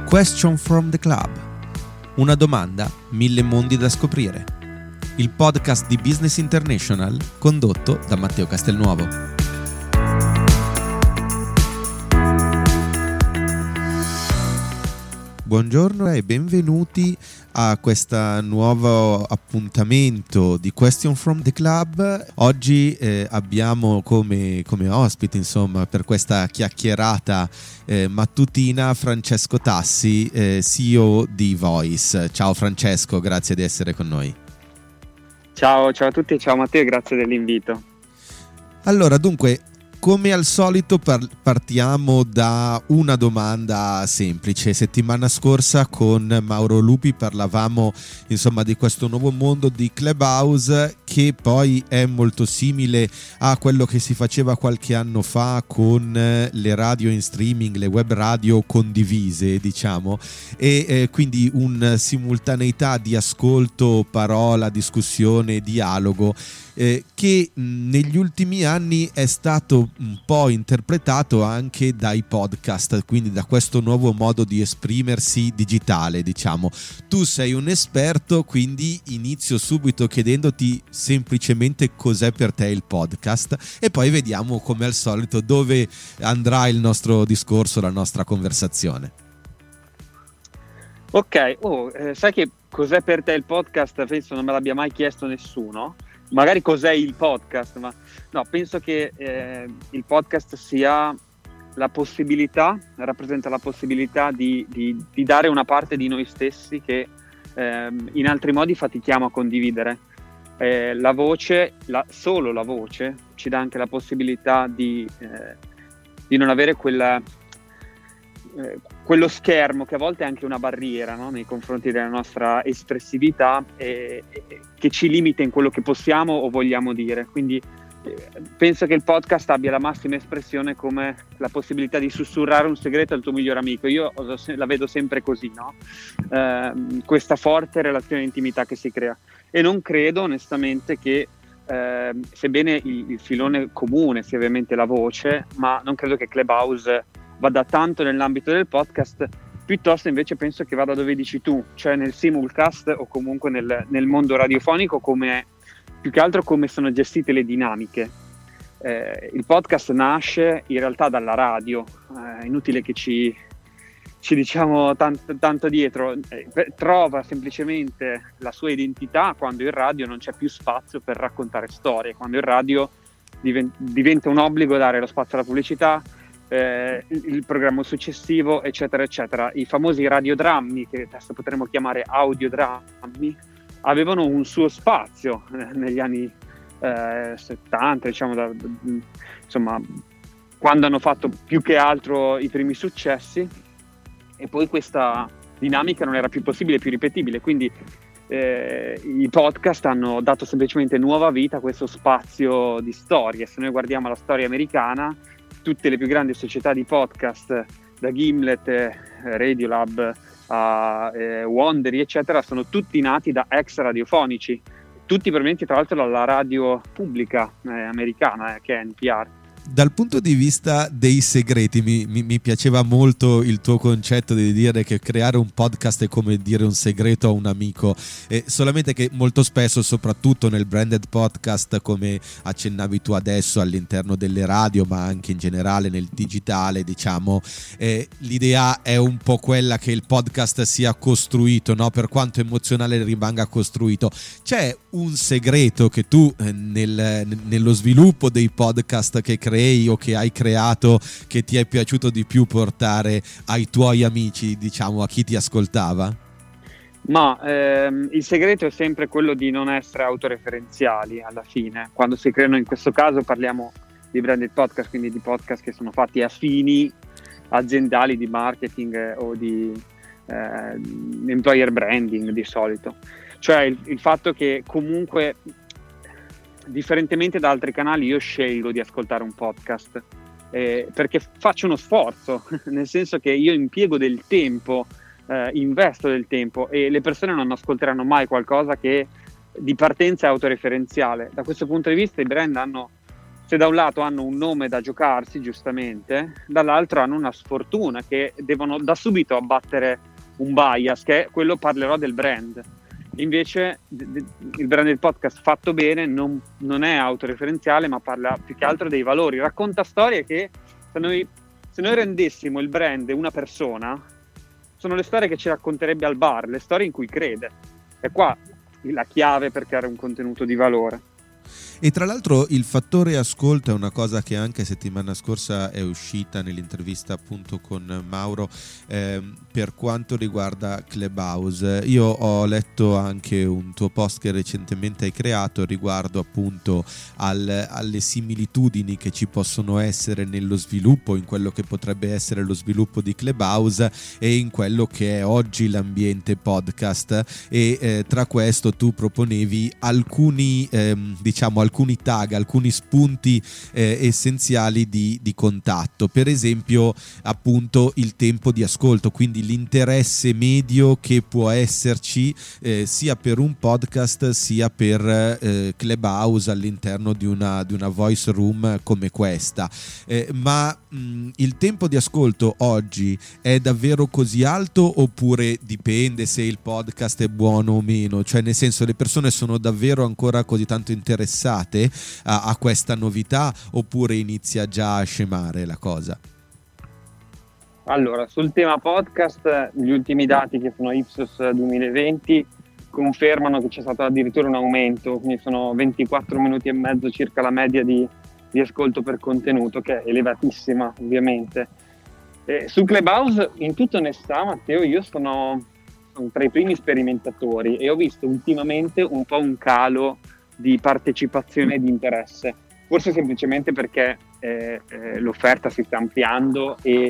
Question from the Club. Una domanda, 1000 mondi da scoprire. Il podcast di Business International condotto da Matteo Castelnuovo. Buongiorno e benvenuti a questo nuovo appuntamento di Question from the Club. Oggi abbiamo come ospite, per questa chiacchierata mattutina, Francesco Tassi, CEO di Voice. Ciao Francesco, grazie di essere con noi. Ciao a tutti, ciao Matteo, grazie dell'invito. Allora, dunque, come al solito partiamo da una domanda semplice. Settimana scorsa con Mauro Lupi parlavamo di questo nuovo mondo di Clubhouse, che poi è molto simile a quello che si faceva qualche anno fa con le radio in streaming, le web radio condivise, e quindi un simultaneità di ascolto, parola, discussione, dialogo, che negli ultimi anni è stato un po' interpretato anche dai podcast, quindi da questo nuovo modo di esprimersi digitale, Tu sei un esperto, quindi inizio subito chiedendoti semplicemente cos'è per te il podcast e poi vediamo, come al solito, dove andrà il nostro discorso, la nostra conversazione. Ok, sai che cos'è per te il podcast? Penso non me l'abbia mai chiesto nessuno. Magari cos'è il podcast, ma no, penso che il podcast sia la possibilità, rappresenta la possibilità di dare una parte di noi stessi che in altri modi fatichiamo a condividere. La voce, solo la voce, ci dà anche la possibilità di non avere quello schermo che a volte è anche una barriera, no? Nei confronti della nostra espressività, che ci limita in quello che possiamo o vogliamo dire. Quindi penso che il podcast abbia la massima espressione come la possibilità di sussurrare un segreto al tuo migliore amico. Io la vedo sempre così, no? Questa forte relazione di intimità che si crea, e non credo onestamente che sebbene il filone comune sia ovviamente la voce, ma non credo che Clubhouse vada tanto nell'ambito del podcast, piuttosto invece penso che vada dove dici tu, cioè nel simulcast o comunque nel mondo radiofonico, più che altro come sono gestite le dinamiche. Il podcast nasce in realtà dalla radio, è inutile che ci diciamo tanto dietro, trova semplicemente la sua identità quando in radio non c'è più spazio per raccontare storie, quando in radio diventa un obbligo dare lo spazio alla pubblicità, il programma successivo, eccetera eccetera. I famosi radiodrammi, che adesso potremmo chiamare audiodrammi, avevano un suo spazio negli anni 70, quando hanno fatto più che altro i primi successi, e poi questa dinamica non era più possibile, più ripetibile, quindi i podcast hanno dato semplicemente nuova vita a questo spazio di storie. Se noi guardiamo la storia americana, tutte le più grandi società di podcast, da Gimlet, Radiolab a Wondery, eccetera, sono tutti nati da ex radiofonici, tutti provenienti tra l'altro dalla radio pubblica americana, che è NPR. Dal punto di vista dei segreti, mi piaceva molto il tuo concetto di dire che creare un podcast è come dire un segreto a un amico, solamente che molto spesso, soprattutto nel branded podcast, come accennavi tu adesso, all'interno delle radio ma anche in generale nel digitale, l'idea è un po' quella che il podcast sia costruito, no? Per quanto emozionale rimanga costruito. C'è un segreto che tu nello sviluppo dei podcast che crei o che hai creato, che ti è piaciuto di più portare ai tuoi amici, a chi ti ascoltava? Ma il segreto è sempre quello di non essere autoreferenziali alla fine. Quando si creano, in questo caso parliamo di branded podcast, quindi di podcast che sono fatti a fini aziendali di marketing o di employer branding di solito. Cioè il fatto che comunque, differentemente da altri canali, io scelgo di ascoltare un podcast perché faccio uno sforzo, nel senso che io impiego del tempo, investo del tempo, e le persone non ascolteranno mai qualcosa che di partenza è autoreferenziale. Da questo punto di vista i brand hanno se da un lato hanno un nome da giocarsi, giustamente, dall'altro hanno una sfortuna che devono da subito abbattere un bias, che è quello, parlerò del brand. Invece il brand del podcast fatto bene non è autoreferenziale, ma parla più che altro dei valori, racconta storie che se noi rendessimo il brand una persona, sono le storie che ci racconterebbe al bar, le storie in cui crede. E qua la chiave per creare un contenuto di valore. E tra l'altro il fattore ascolto è una cosa che anche settimana scorsa è uscita nell'intervista appunto con Mauro, per quanto riguarda Clubhouse. Io ho letto anche un tuo post che recentemente hai creato riguardo appunto alle similitudini che ci possono essere nello sviluppo, in quello che potrebbe essere lo sviluppo di Clubhouse e in quello che è oggi l'ambiente podcast, e tra questo tu proponevi alcuni tag, alcuni spunti essenziali di contatto, per esempio appunto il tempo di ascolto, quindi l'interesse medio che può esserci sia per un podcast sia per Clubhouse all'interno di una voice room come questa, ma il tempo di ascolto oggi è davvero così alto oppure dipende se il podcast è buono o meno? Cioè, nel senso, le persone sono davvero ancora così tanto interessate a questa novità oppure inizia già a scemare la cosa? Allora, sul tema podcast, gli ultimi dati che sono Ipsos 2020 confermano che c'è stato addirittura un aumento, quindi sono 24 minuti e mezzo circa la media di ascolto per contenuto, che è elevatissima ovviamente. Su Clubhouse, in tutta onestà, Matteo, io sono tra i primi sperimentatori e ho visto ultimamente un po' un calo di partecipazione e di interesse, forse semplicemente perché l'offerta si sta ampliando e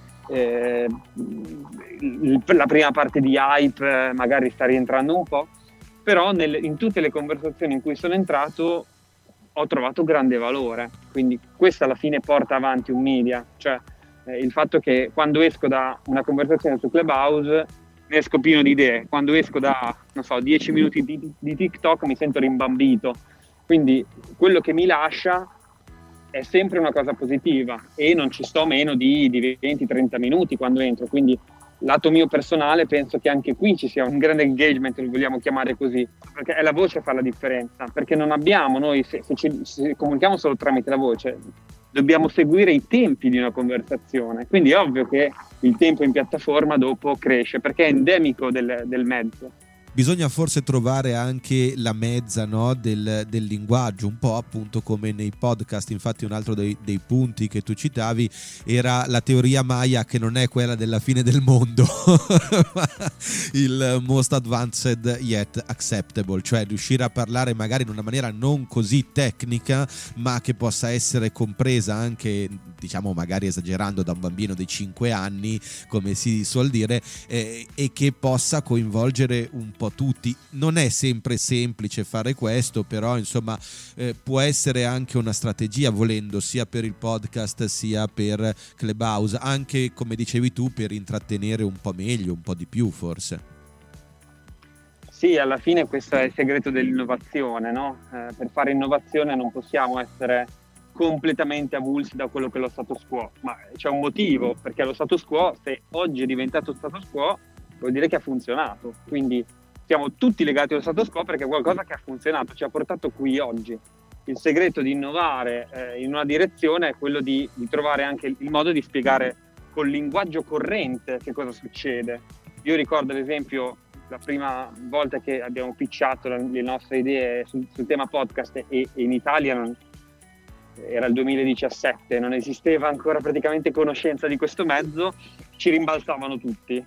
la prima parte di hype magari sta rientrando un po', però in tutte le conversazioni in cui sono entrato ho trovato grande valore, quindi questo alla fine porta avanti un media, cioè il fatto che quando esco da una conversazione su Clubhouse ne esco pieno di idee, quando esco da, 10 minuti di TikTok mi sento rimbambito, quindi quello che mi lascia è sempre una cosa positiva e non ci sto meno di 20-30 minuti quando entro, quindi lato mio personale penso che anche qui ci sia un grande engagement, lo vogliamo chiamare così, perché è la voce a fare la differenza, perché non abbiamo noi, se comunichiamo solo tramite la voce, dobbiamo seguire i tempi di una conversazione, quindi è ovvio che il tempo in piattaforma dopo cresce, perché è endemico del mezzo. Bisogna forse trovare anche la mezza, no, del linguaggio, un po' appunto come nei podcast. Infatti un altro dei punti che tu citavi era la teoria Maya, che non è quella della fine del mondo ma il most advanced yet acceptable, cioè riuscire a parlare magari in una maniera non così tecnica ma che possa essere compresa anche, diciamo magari esagerando, da un bambino di 5 anni come si suol dire, e che possa coinvolgere un po' tutti. Non è sempre semplice fare questo, però insomma può essere anche una strategia, volendo, sia per il podcast sia per Clubhouse, anche come dicevi tu per intrattenere un po' meglio, un po' di più forse. Sì, alla fine questo è il segreto dell'innovazione, no? Per fare innovazione non possiamo essere completamente avulsi da quello che è lo status quo, ma c'è un motivo, perché lo status quo, se oggi è diventato status quo, vuol dire che ha funzionato, quindi siamo tutti legati allo status quo perché è qualcosa che ha funzionato, ci ha portato qui oggi. Il segreto di innovare in una direzione è quello di trovare anche il modo di spiegare col linguaggio corrente che cosa succede. Io ricordo ad esempio la prima volta che abbiamo pitchato le nostre idee sul tema podcast e in Italia era il 2017, non esisteva ancora praticamente conoscenza di questo mezzo, ci rimbalzavano tutti.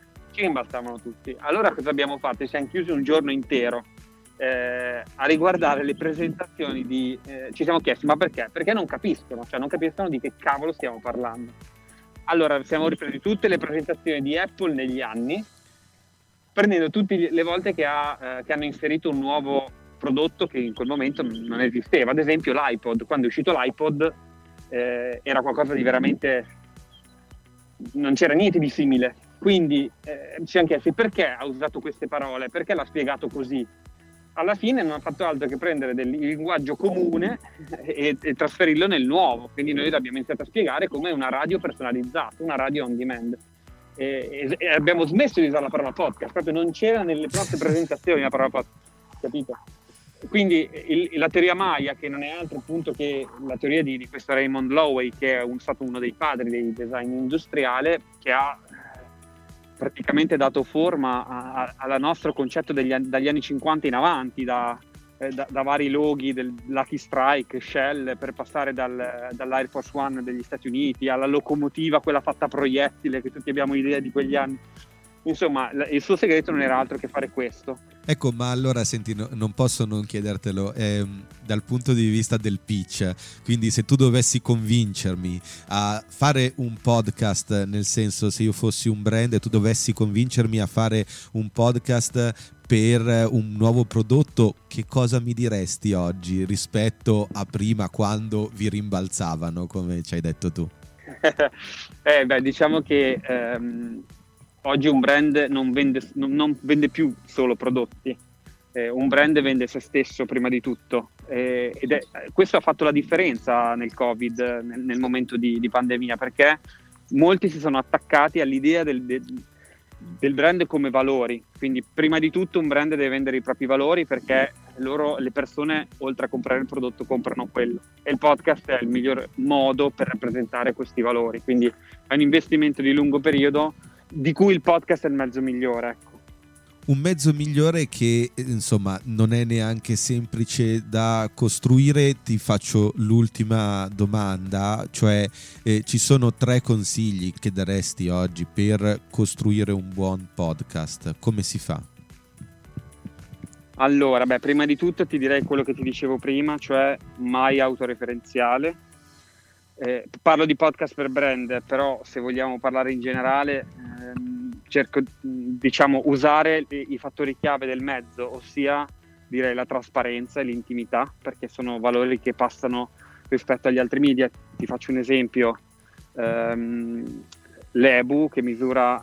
Allora cosa abbiamo fatto? Ci siamo chiusi un giorno intero a riguardare le presentazioni ci siamo chiesti ma perché? Perché non capiscono, cioè non capiscono di che cavolo stiamo parlando. Allora siamo ripresi tutte le presentazioni di Apple negli anni, prendendo tutte le volte che hanno inserito un nuovo prodotto che in quel momento non esisteva. Ad esempio l'iPod, quando è uscito l'iPod era qualcosa di veramente, non c'era niente di simile. Quindi ci siamo chiesti perché ha usato queste parole, perché l'ha spiegato così. alla fine non ha fatto altro che prendere del linguaggio comune e trasferirlo nel nuovo. Quindi noi l'abbiamo iniziato a spiegare come una radio personalizzata, una radio on demand. E abbiamo smesso di usare la parola podcast, proprio non c'era nelle nostre presentazioni la parola podcast, capito? Quindi la teoria Maya, che non è altro appunto che la teoria di questo Raymond Loewy, che è stato uno dei padri del design industriale, che ha praticamente dato forma al nostro concetto dagli anni 50 in avanti, da vari loghi del Lucky Strike, Shell, per passare dall'Air Force One degli Stati Uniti alla locomotiva, quella fatta a proiettile, che tutti abbiamo idea di quegli anni. Insomma, il suo segreto non era altro che fare questo. Ecco, ma allora senti, non posso non chiedertelo dal punto di vista del pitch. Quindi se tu dovessi convincermi a fare un podcast, nel senso, se io fossi un brand e tu dovessi convincermi a fare un podcast per un nuovo prodotto, che cosa mi diresti oggi rispetto a prima, quando vi rimbalzavano, come ci hai detto tu? Diciamo che oggi un brand non vende più solo prodotti, un brand vende se stesso prima di tutto, questo ha fatto la differenza nel Covid, nel momento di pandemia, perché molti si sono attaccati all'idea del brand come valori. Quindi prima di tutto un brand deve vendere i propri valori, perché le persone, oltre a comprare il prodotto, comprano quello, e il podcast è il miglior modo per rappresentare questi valori. Quindi è un investimento di lungo periodo, di cui il podcast è il mezzo migliore, ecco. Un mezzo migliore che, insomma, non è neanche semplice da costruire. Ti faccio l'ultima domanda, cioè ci sono 3 consigli che daresti oggi per costruire un buon podcast. Come si fa? Allora, prima di tutto ti direi quello che ti dicevo prima, cioè mai autoreferenziale. Parlo di podcast per brand, però se vogliamo parlare in generale, cerco, usare i fattori chiave del mezzo, ossia direi la trasparenza e l'intimità, perché sono valori che passano rispetto agli altri media. Ti faccio un esempio: l'EBU, che misura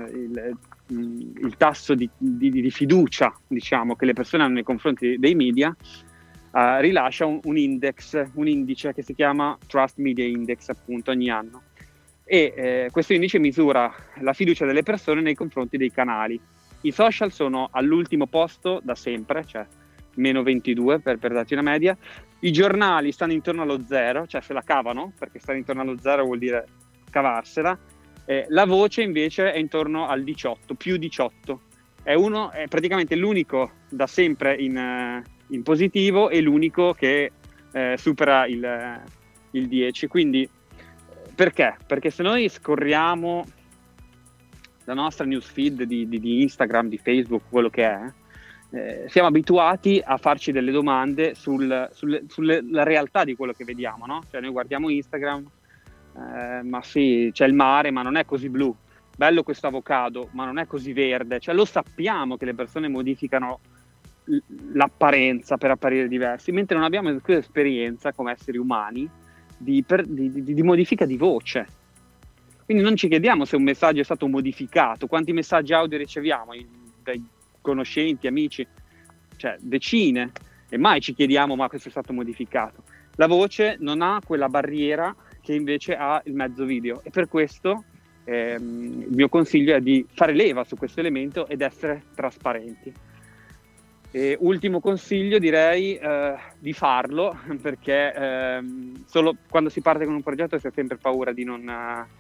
il tasso di fiducia, diciamo, che le persone hanno nei confronti dei media, rilascia un indice che si chiama Trust Media Index, appunto, ogni anno. E questo indice misura la fiducia delle persone nei confronti dei canali. I social sono all'ultimo posto da sempre, cioè meno 22 per darti una media. I giornali stanno intorno allo 0, cioè se la cavano, perché stare intorno allo 0 vuol dire cavarsela. La voce invece è intorno al 18, più 18. È praticamente l'unico da sempre in positivo e l'unico che supera il 10. Quindi perché? Perché se noi scorriamo la nostra newsfeed di Instagram, di Facebook, quello che è, siamo abituati a farci delle domande sulla realtà di quello che vediamo, no? Cioè noi guardiamo Instagram, ma sì, c'è il mare, ma non è così blu. Bello questo avocado, ma non è così verde. Cioè lo sappiamo che le persone modificano l'apparenza per apparire diversi, mentre non abbiamo questa esperienza come esseri umani di modifica di voce. Quindi non ci chiediamo se un messaggio è stato modificato, quanti messaggi audio riceviamo dai conoscenti, amici, cioè decine, e mai ci chiediamo ma questo è stato modificato. La voce non ha quella barriera che invece ha il mezzo video, e per questo il mio consiglio è di fare leva su questo elemento ed essere trasparenti. E ultimo consiglio direi di farlo, perché solo quando si parte con un progetto si ha sempre paura di non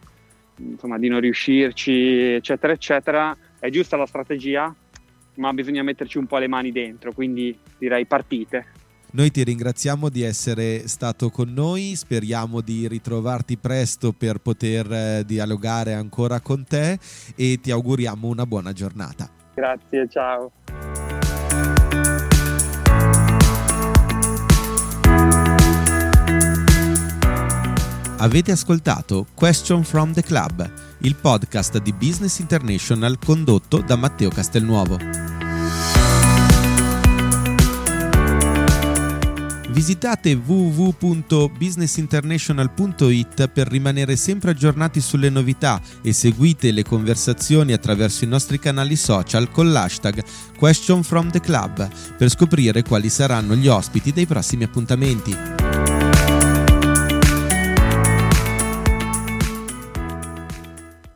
riuscirci, eccetera eccetera. È giusta la strategia, ma bisogna metterci un po' le mani dentro, quindi direi partite. Noi ti ringraziamo di essere stato con noi, speriamo di ritrovarti presto per poter dialogare ancora con te e ti auguriamo una buona giornata. Grazie, ciao. Avete ascoltato Question from the Club, il podcast di Business International condotto da Matteo Castelnuovo. Visitate www.businessinternational.it per rimanere sempre aggiornati sulle novità e seguite le conversazioni attraverso i nostri canali social con l'hashtag Question from the Club per scoprire quali saranno gli ospiti dei prossimi appuntamenti.